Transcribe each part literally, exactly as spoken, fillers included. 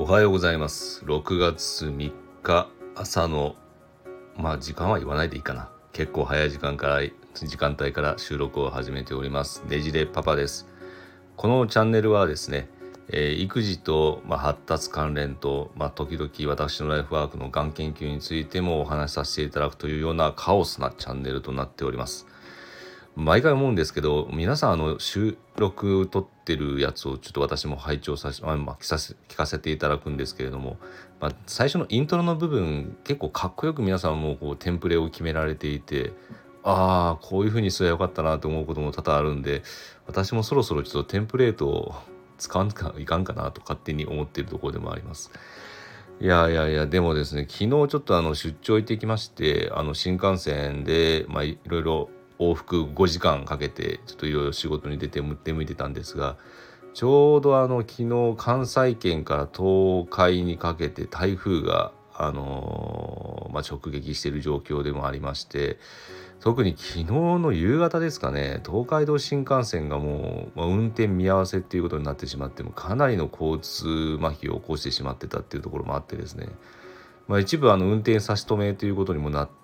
おはようございます。ろくがつみっか朝のまあ時間は言わないでいいかな。結構早い時間から時間帯から収録を始めております。ねじれパパです。このチャンネルはですね、えー育児と、まあ、発達関連と、まあ、時々私のライフワークのがん研究についてもお話しさせていただくというようなカオスなチャンネルとなっております。毎回思うんですけど、皆さんあの収録撮ってるやつをちょっと私も拝聴させ、まあ、聞かせ聞かせていただくんですけれども、まあ、最初のイントロの部分結構かっこよく皆さんもこうテンプレを決められていて、ああこういう風にすればよかったなと思うことも多々あるんで、私もそろそろちょっとテンプレートを使わんかいかんかなと勝手に思っているところでもあります。いやいやいや、でもですね、昨日ちょっとあの出張行ってきまして、あの新幹線で、まあ、いろいろ往復ごじかんかけて、ちょっといろいろ仕事に出て出向いてたんですが、ちょうどあの昨日関西圏から東海にかけて台風が、あのーまあ、直撃している状況でもありまして、特に昨日の夕方ですかね、東海道新幹線がもう、まあ、運転見合わせっていうことになってしまって、もかなりの交通麻痺を起こしてしまってたっていうところもあってですね、まあ、一部あの運転差し止めということにもなって、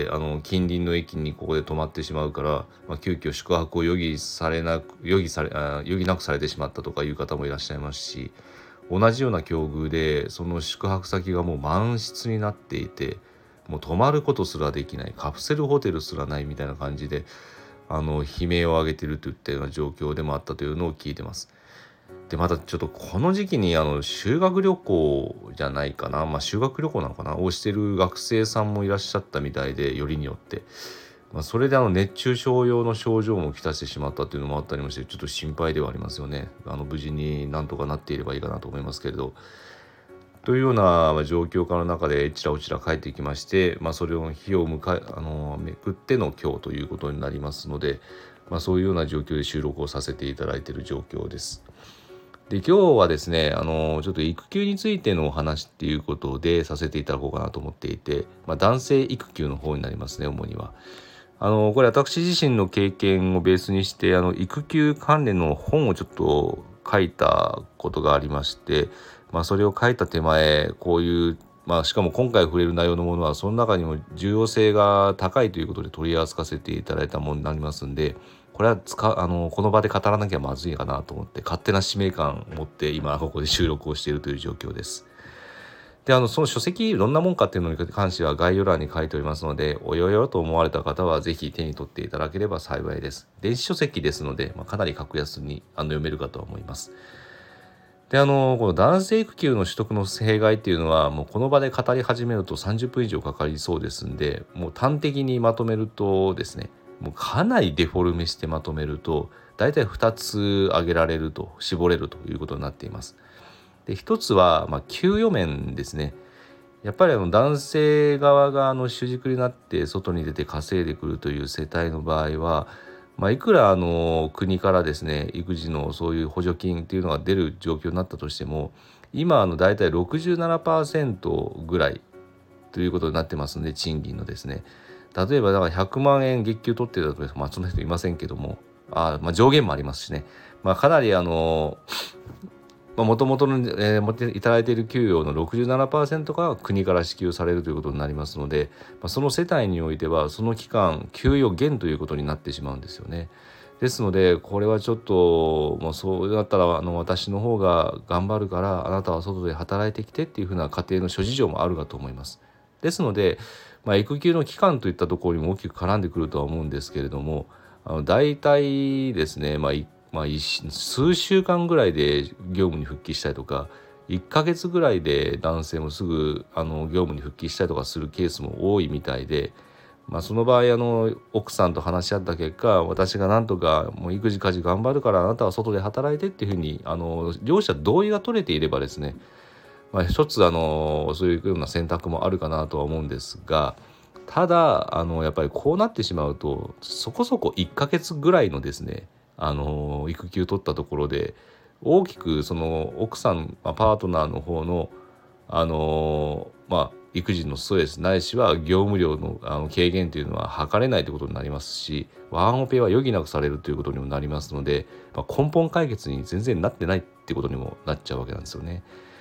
あの近隣の駅にここで止まってしまうから、まあ、急遽宿泊を余儀されなく余儀されあ余儀なくされてしまったとかいう方もいらっしゃいますし、同じような境遇でその宿泊先がもう満室になっていて、もう泊まることすらできない、カプセルホテルすらないみたいな感じで、あの悲鳴を上げているといったような状況でもあったというのを聞いてます。でまたちょっとこの時期にあの修学旅行じゃないかな、まあ修学旅行なのかなをしてる学生さんもいらっしゃったみたいで、よりによって、まあ、それであの熱中症用の症状もきたしてしまったっていうのもあったりもして、ちょっと心配ではありますよね。あの無事になんとかなっていればいいかなと思いますけれど、というようなまあ状況下の中でちらおちら帰ってきまして、まあ、それを日を迎えあのめくっての今日ということになりますので、まあ、そういうような状況で収録をさせていただいている状況です。で今日はですね、あのちょっと育休についてのお話っていうことでさせていただこうかなと思っていて、まあ、男性育休の方になりますね、主には。あのこれ私自身の経験をベースにして、あの育休関連の本をちょっと書いたことがありまして、まあ、それを書いた手前、こういう、まあ、しかも今回触れる内容のものはその中にも重要性が高いということで取り扱わせていただいたものになりますんで、これは使あのこの場で語らなきゃまずいかなと思って、勝手な使命感を持って今ここで収録をしているという状況です。であのその書籍どんなもんかっていうのに関しては概要欄に書いておりますので、およよと思われた方はぜひ手に取っていただければ幸いです。電子書籍ですので、まあ、かなり格安にあの読めるかとは思います。であのこの男性育休の取得の弊害っていうのは、もうこの場で語り始めるとさんじゅっぷん以上かかりそうですんで、もう端的にまとめるとですね、もうかなりデフォルメしてまとめると、だいたいふたつ挙げられると、絞れるということになっています。でひとつは、まあ、給与面ですね。やっぱりあの男性側があの主軸になって外に出て稼いでくるという世帯の場合は、まあ、いくらあの国からですね、育児のそういう補助金っていうのが出る状況になったとしても、今あのだいたいろくじゅうななパーセントぐらいということになってますので、賃金のですね、例えばだからひゃくまんえん月給取ってたと、まあそんな人いませんけども、あ、まあ、上限もありますしね、まあ、かなりあのもともとの、えー、持っていただいている給与の ろくじゅうななパーセント が国から支給されるということになりますので、まあ、その世帯においてはその期間給与減ということになってしまうんですよね。ですのでこれはちょっともうそうだったらあの私の方が頑張るからあなたは外で働いてきてっていうふうな家庭の諸事情もあるかと思います。ですので、まあ、育休の期間といったところにも大きく絡んでくるとは思うんですけれども、あの大体ですね、まあまあ、数週間ぐらいで業務に復帰したりとか、いっかげつぐらいで男性もすぐあの業務に復帰したりとかするケースも多いみたいで、まあ、その場合あの奥さんと話し合った結果、私がなんとかもう育児家事頑張るからあなたは外で働いてっていうふうにあの両者同意が取れていればですね、まあ、一つあのそういうような選択もあるかなとは思うんですが、ただあのやっぱりこうなってしまうと、そこそこいっかげつぐらいのですね、あの育休取ったところで大きくその奥さん、まあ、パートナーの方のあのまあ育児のストレスないしは業務量のあの軽減というのは図れないということになりますし、ワンオペは余儀なくされるということにもなりますので、まあ、根本解決に全然なってないってことにもなっちゃうわけなんですよね。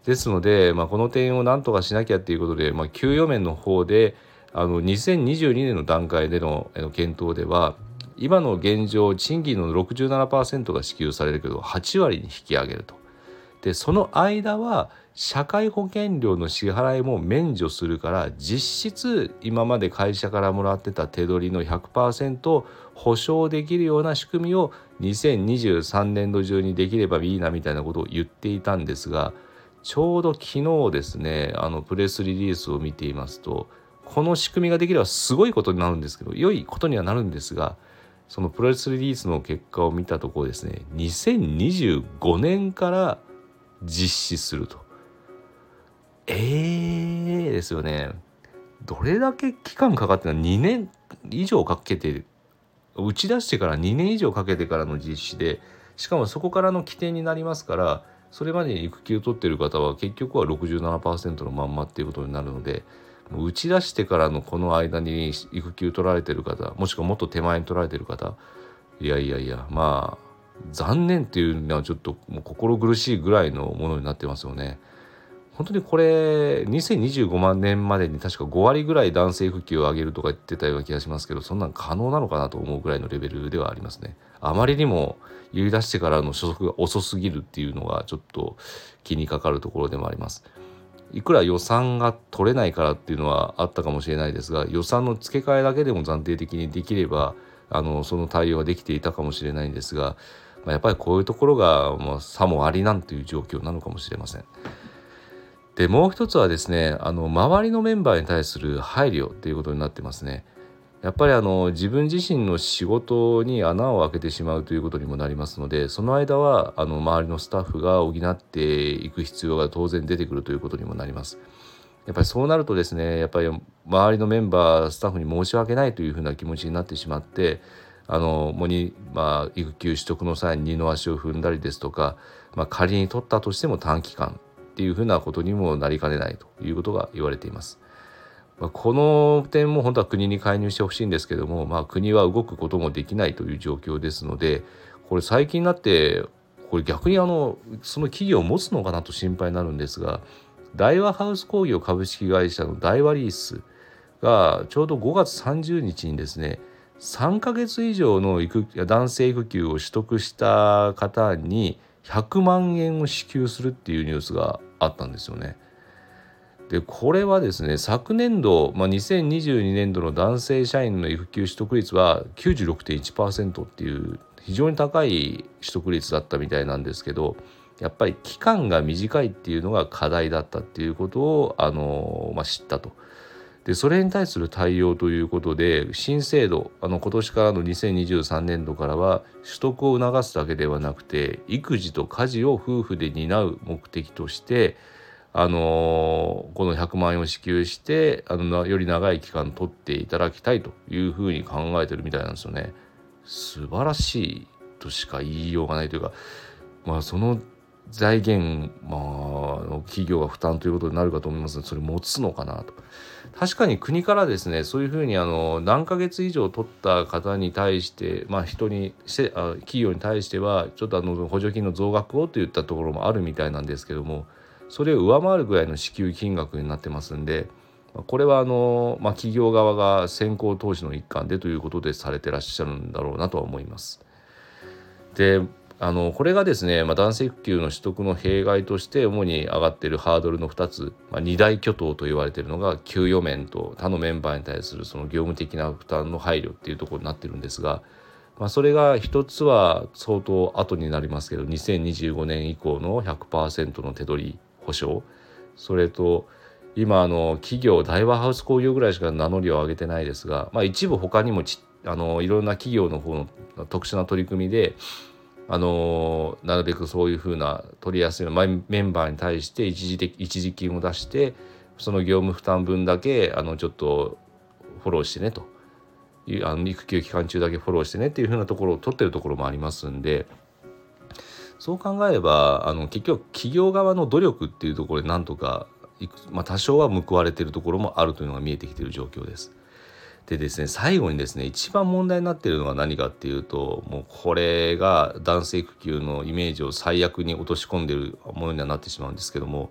ですので、まあ、この点を何とかしなきゃっていうことで、まあ、給与面の方であのにせんにじゅうにねんの段階での検討では、今の現状賃金の ろくじゅうななパーセント が支給されるけどはち割に引き上げると。でその間は社会保険料の支払いも免除するから、実質今まで会社からもらってた手取りの ひゃくパーセント 保証できるような仕組みをにせんにじゅうさんねん度中にできればいいなみたいなことを言っていたんですが、ちょうど昨日ですね、あのプレスリリースを見ていますと、この仕組みができればすごいことになるんですけど、良いことにはなるんですが、そのプレスリリースの結果を見たところですね、にせんにじゅうごねんから実施すると。えーですよね。どれだけ期間かかってるの？にねん以上かけて、打ち出してからにねん以上かけてからの実施で、しかもそこからの起点になりますから、それまでに育休を取っている方は結局は ろくじゅうななパーセント のまんまっていうことになるので、もう打ち出してからのこの間に育休取られている方、もしくはもっと手前に取られている方、いやいやいや、まあ残念っていうのはちょっともう心苦しいぐらいのものになってますよね。本当にこれにせんにじゅうごねんまでに確かご割ぐらい男性育休を上げるとか言ってたような気がしますけど、そんなん可能なのかなと思うぐらいのレベルではありますね。あまりにも言い出してからの所属が遅すぎるっていうのがちょっと気にかかるところでもあります。いくら予算が取れないからっていうのはあったかもしれないですが、予算の付け替えだけでも暫定的にできればあのその対応はできていたかもしれないんですが、まあ、やっぱりこういうところが、まあ、さもありなんていう状況なのかもしれません。でもう一つはですね、あの周りのメンバーに対する配慮っていうことになってますね。やっぱりあの自分自身の仕事に穴を開けてしまうということにもなりますので、その間はあの周りのスタッフが補っていく必要が当然出てくるということにもなります。やっぱりそうなるとですね、やっぱり周りのメンバースタッフに申し訳ないというふうな気持ちになってしまって、あのもに、まあ、育休取得の際に二の足を踏んだりですとか、まあ、仮に取ったとしても短期間っていうふうなことにもなりかねないということが言われています。まあ、この点も本当は国に介入してほしいんですけども、まあ、国は動くこともできないという状況ですので、これ最近になってこれ逆にあのその企業を持つのかなと心配になるんですが、大和ハウス工業株式会社の大和リースがちょうどごがつさんじゅうにちにですね、さんかげつ以上の育男性育休を取得した方にひゃくまんえんを支給するっていうニュースがあったんですよね。でこれはですね、昨年度、まあ、にせんにじゅうにねん度の男性社員の育休取得率は きゅうじゅうろくてんいちパーセント っていう非常に高い取得率だったみたいなんですけど、やっぱり期間が短いっていうのが課題だったっていうことをあの、まあ、知ったと。でそれに対する対応ということで、新制度、あの今年からのにせんにじゅうさんねん度からは取得を促すだけではなくて、育児と家事を夫婦で担う目的としてあのこのひゃくまんえんを支給してあのより長い期間取っていただきたいというふうに考えてるみたいなんですよね。素晴らしいとしか言いようがないというか、まあその財源、まあ、企業が負担ということになるかと思いますが、それ持つのかなと。確かに国からですね、そういうふうにあの何ヶ月以上取った方に対して、まあ、人にしてあ企業に対してはちょっとあの補助金の増額をといったところもあるみたいなんですけども、それを上回るぐらいの支給金額になってますんで、これはあの、まあ、企業側が先行投資の一環でということでされてらっしゃるんだろうなとは思います。であのこれがですね、まあ、男性育休の取得の弊害として主に上がっているハードルのふたつ、まあ、二大巨頭と言われているのが給与面と他のメンバーに対するその業務的な負担の配慮っていうところになっているんですが、まあ、それが一つは相当後になりますけど、にせんにじゅうごねん以降の ひゃくパーセント の手取り保証、それと今あの企業大和ハウス工業ぐらいしか名乗りを上げてないですが、まあ、一部他にもちあのいろんな企業の方の特殊な取り組みであのなるべくそういうふうな取りやすいメンバーに対して一時的一時金を出して、その業務負担分だけあのちょっとフォローしてねという、あの育休期間中だけフォローしてねっていうふうなところを取ってるところもありますんで、そう考えればあの結局企業側の努力っていうところでなんとかいく、まあ、多少は報われているところもあるというのが見えてきている状況です。でですね、最後にですね、一番問題になっているのが何かっていうと、もうこれが男性育休のイメージを最悪に落とし込んでいるものにはなってしまうんですけども、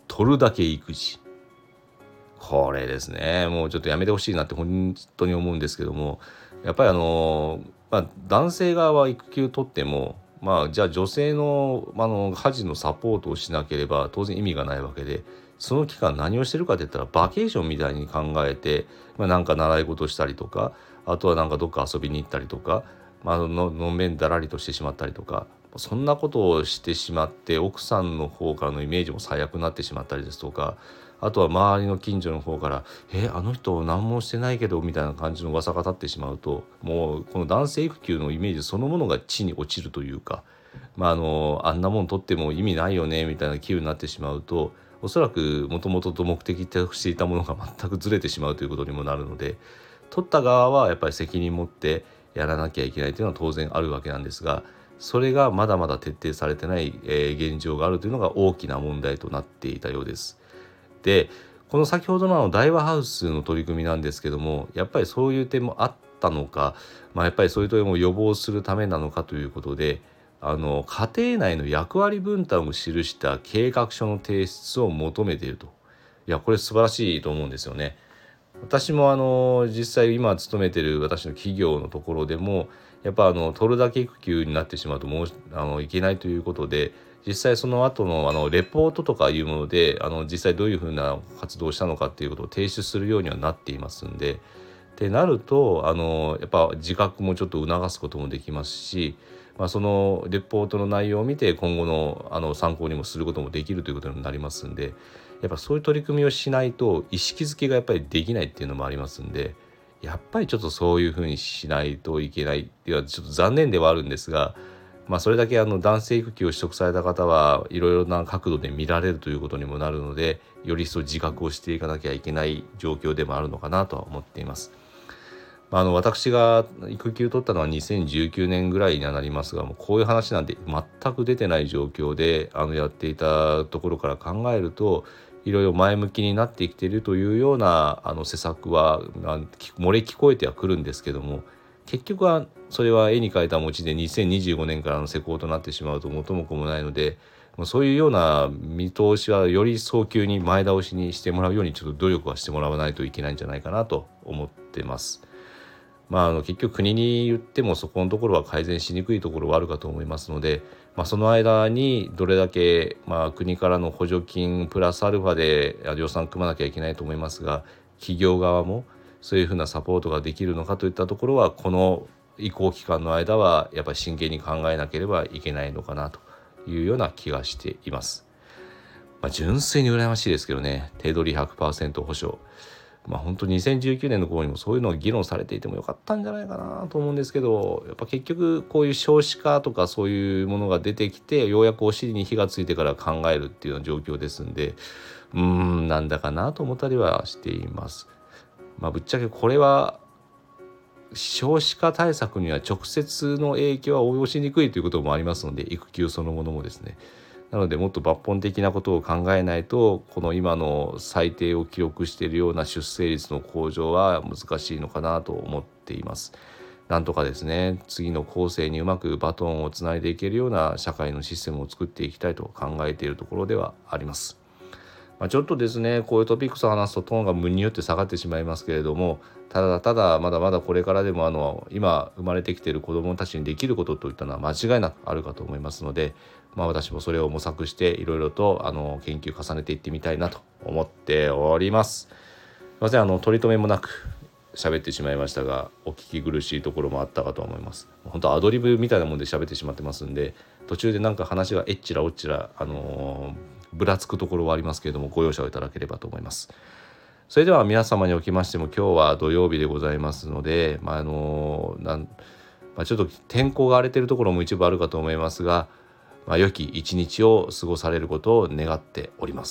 取るだけ育児、これですね、もうちょっとやめてほしいなって本当に思うんですけども、やっぱりあの、まあ、男性側は育休取っても、まあ、じゃあ女性の、あの家事のサポートをしなければ当然意味がないわけで、その期間何をしてるかって言ったらバケーションみたいに考えて、まあ、なんか習い事したりとか、あとはなんかどっか遊びに行ったりとか、まあののんべんだらりとしてしまったりとか、そんなことをしてしまって奥さんの方からのイメージも最悪になってしまったりですとか、あとは周りの近所の方からえあの人何もしてないけどみたいな感じの噂が立ってしまうと、もうこの男性育休のイメージそのものが地に落ちるというか、まあ、あのあんなもん取っても意味ないよねみたいな気分になってしまうと、おそらくもともとと目的としていたものが全くずれてしまうということにもなるので、取った側はやっぱり責任持ってやらなきゃいけないというのは当然あるわけなんですが、それがまだまだ徹底されてない、えー現状があるというのが大きな問題となっていたようです。で、この先ほどのあの大和ハウスの取り組みなんですけども、やっぱりそういう点もあったのか、まあ、やっぱりそういう点も予防するためなのかということで、あの家庭内の役割分担を記した計画書の提出を求めていると。いや、これ素晴らしいと思うんですよね。私もあの実際今勤めてる私の企業のところでも、やっぱあの取るだけ育休になってしまうともうあのいけないということで、実際その後のあのレポートとかいうもので、あの実際どういうふうな活動をしたのかっていうことを提出するようにはなっていますんで、ってなるとあのやっぱ自覚もちょっと促すこともできますし、まあ、そのレポートの内容を見て今後の、あの参考にもすることもできるということになりますんで、やっぱそういう取り組みをしないと意識づけがやっぱりできないっていうのもありますんで、やっぱりちょっとそういうふうにしないといけないっていうのはちょっと残念ではあるんですが、まあ、それだけあの男性育休を取得された方はいろいろな角度で見られるということにもなるので、より一層自覚をしていかなきゃいけない状況でもあるのかなとは思っています。まあ、あの私が育休取ったのはにせんじゅうきゅうねんぐらいにはなりますが、もうこういう話なんて全く出てない状況であのやっていたところから考えると、いろいろ前向きになってきているというようなあの施策は漏れ聞こえてはくるんですけども、結局はそれは絵に描いた餅でにせんにじゅうごねんからの施行となってしまうと元も子もないので、もうそういうような見通しはより早急に前倒しにしてもらうようにちょっと努力はしてもらわないといけないんじゃないかなと思ってます。まあ、あの結局国に言ってもそこのところは改善しにくいところはあるかと思いますので、まあ、その間にどれだけ、まあ、国からの補助金プラスアルファで予算組まなきゃいけないと思いますが、企業側もそういうふうなサポートができるのかといったところはこの移行期間の間はやっぱり真剣に考えなければいけないのかなというような気がしています。まあ、純粋に羨ましいですけどね、手取り ひゃくパーセント 保証、まあ、本当ににせんじゅうきゅうねんの頃にもそういうのが議論されていてもよかったんじゃないかなと思うんですけど、やっぱ結局こういう少子化とかそういうものが出てきて、ようやくお尻に火がついてから考えるっていうような状況ですんで、うーんなんだかなと思ったりはしています。まあ、ぶっちゃけこれは少子化対策には直接の影響は及ぼしにくいということもありますので、育休そのものもですね。なのでもっと抜本的なことを考えないと、この今の最低を記録しているような出生率の向上は難しいのかなと思っています。なんとかですね、次の後世にうまくバトンをつないでいけるような社会のシステムを作っていきたいと考えているところではあります。まあ、ちょっとですね、こういうトピックスを話すとトーンが無によって下がってしまいますけれども、ただただまだまだこれからでもあの今生まれてきている子どもたちにできることといったのは間違いなくあるかと思いますので、まあ、私もそれを模索していろいろとあの研究重ねていってみたいなと思っております。すいません、あの取り留めもなく喋ってしまいましたが、お聞き苦しいところもあったかと思います。本当アドリブみたいなもんで喋ってしまってますんで、途中でなんか話がえっちらおっちら、あのーぶらつくところはありますけれども、ご容赦をいただければと思います。それでは皆様におきましても、今日は土曜日でございますので、まああのなんまあ、ちょっと天候が荒れているところも一部あるかと思いますが、まあ、良き一日を過ごされることを願っております。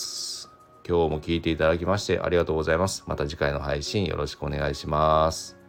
今日も聞いていただきましてありがとうございます。また次回の配信よろしくお願いします。